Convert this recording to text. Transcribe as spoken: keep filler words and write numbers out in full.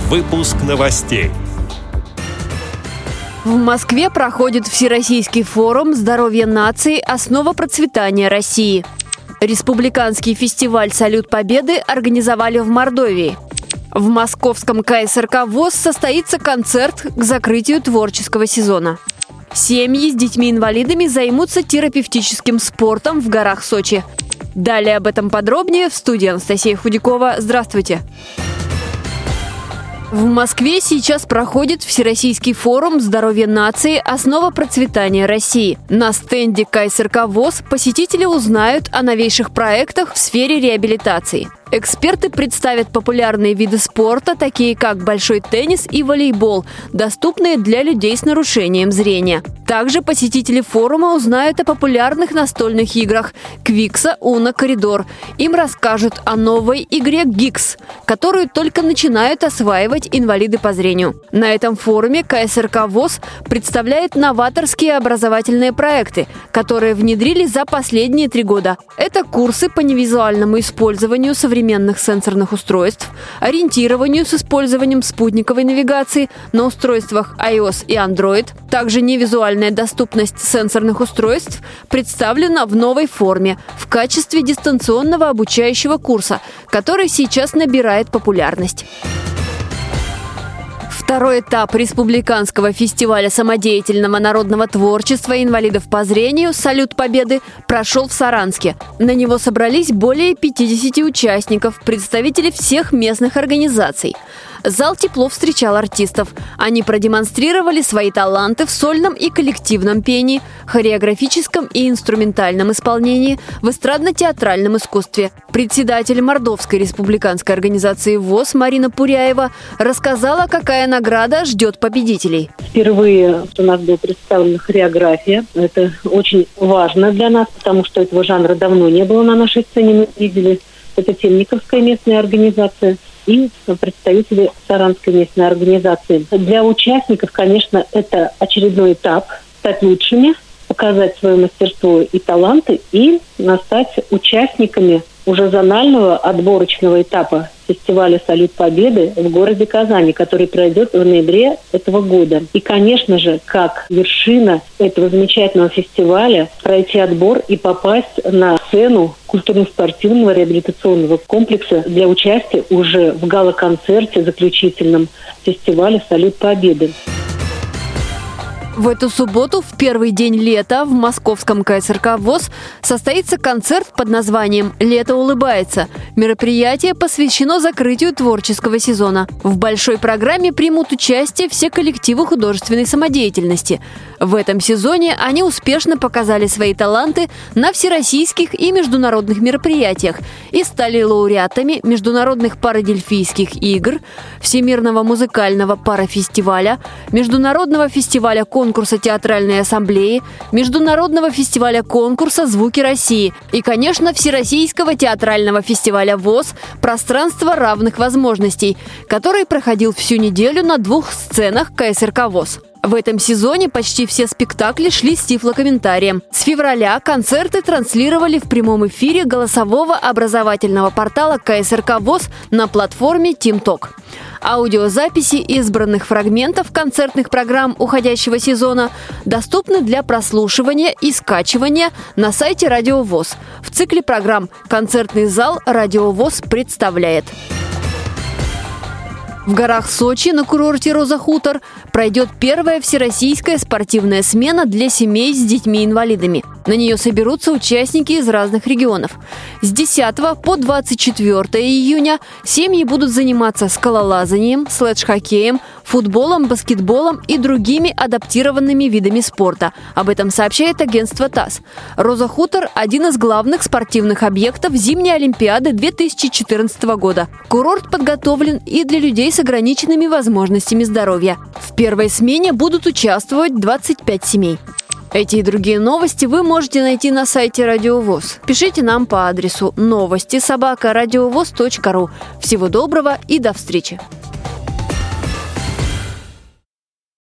Выпуск новостей. В Москве проходит Всероссийский форум «Здоровье нации. Основа процветания России». Республиканский фестиваль «Салют Победы» организовали в Мордовии. В московском ка эс эр ка ВОС состоится концерт к закрытию творческого сезона. Семьи с детьми-инвалидами займутся терапевтическим спортом в горах Сочи. Далее об этом подробнее в студии Анастасия Худякова. Здравствуйте! В Москве сейчас проходит Всероссийский форум «Здоровье нации. Основа процветания России». На стенде ка эс эр ка ВОС посетители узнают о новейших проектах в сфере реабилитации. Эксперты представят популярные виды спорта, такие как большой теннис и волейбол, доступные для людей с нарушением зрения. Также посетители форума узнают о популярных настольных играх «Квикса», «Уно», «Коридор». Им расскажут о новой игре «Гикс», которую только начинают осваивать инвалиды по зрению. На этом форуме ка эс эр ка ВОС представляет новаторские образовательные проекты, которые внедрили за последние три года. Это курсы по невизуальному использованию современных современных сенсорных устройств, ориентированию с использованием спутниковой навигации на устройствах ай о эс и Android. Также невизуальная доступность сенсорных устройств представлена в новой форме в качестве дистанционного обучающего курса, который сейчас набирает популярность. Второй этап Республиканского фестиваля самодеятельного народного творчества инвалидов по зрению «Салют Победы» прошел в Саранске. На него собрались более пятидесяти участников, представителей всех местных организаций. Зал тепло встречал артистов. Они продемонстрировали свои таланты в сольном и коллективном пении, хореографическом и инструментальном исполнении, в эстрадно-театральном искусстве. Председатель Мордовской республиканской организации ВОС Марина Пуряева рассказала, какая награда ждет победителей. Впервые у нас была представлена хореография. Это очень важно для нас, потому что этого жанра давно не было на нашей сцене. Мы видели, это Темниковская местная организация и представители Саранской местной организации. Для участников, конечно, это очередной этап стать лучшими, показать свое мастерство и таланты и стать участниками уже зонального отборочного этапа фестиваля «Салют Победы» в городе Казани, который пройдет в ноябре этого года. И, конечно же, как вершина этого замечательного фестиваля пройти отбор и попасть на сцену культурно-спортивного реабилитационного комплекса для участия уже в гала-концерте заключительном фестиваля «Салют Победы». В эту субботу, в первый день лета, в московском ка эс эр ка ВОС состоится концерт под названием «Лето улыбается». Мероприятие посвящено закрытию творческого сезона. В большой программе примут участие все коллективы художественной самодеятельности. В этом сезоне они успешно показали свои таланты на всероссийских и международных мероприятиях и стали лауреатами международных парадельфийских игр, Всемирного музыкального парафестиваля, Международного фестиваля конкурса конкурса театральной ассамблеи, Международного фестиваля конкурса «Звуки России» и, конечно, Всероссийского театрального фестиваля ВОС «Пространство равных возможностей», который проходил всю неделю на двух сценах ка эс эр ка ВОС. В этом сезоне почти все спектакли шли с тифлокомментарием. С февраля концерты транслировали в прямом эфире голосового образовательного портала ка эс эр ка ВОС на платформе TeamTalk. Аудиозаписи избранных фрагментов концертных программ уходящего сезона доступны для прослушивания и скачивания на сайте Радио ВОС. В цикле программ «Концертный зал» Радио ВОС представляет. В горах Сочи на курорте «Роза Хутор» пройдет первая всероссийская спортивная смена для семей с детьми-инвалидами. На нее соберутся участники из разных регионов. С десятого по двадцать четвёртое июня семьи будут заниматься скалолазанием, слэдж-хоккеем, футболом, баскетболом и другими адаптированными видами спорта. Об этом сообщает агентство ТАСС. «Роза Хутор» – один из главных спортивных объектов зимней Олимпиады две тысячи четырнадцатого года. Курорт подготовлен и для людей с ограниченными возможностями здоровья. В первой смене будут участвовать двадцать пять семей. Эти и другие новости вы можете найти на сайте Радио ВОС. Пишите нам по адресу новости собака радиовос точка ру. Всего доброго и до встречи!